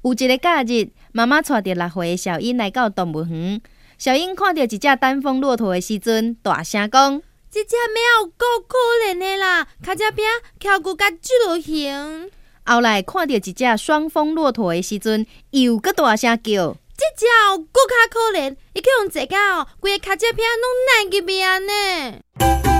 有一个假日，妈妈带着6岁的小英来到动物园。小英看到一只单峰骆驼的时阵，大声讲： 这只猫有够可怜的啦，脚这边翘骨甲锯落形。 后来看到一只双峰骆驼的时阵，又搁大声叫： 这只够较可怜，伊去用坐到规个脚这边拢烂入面呢。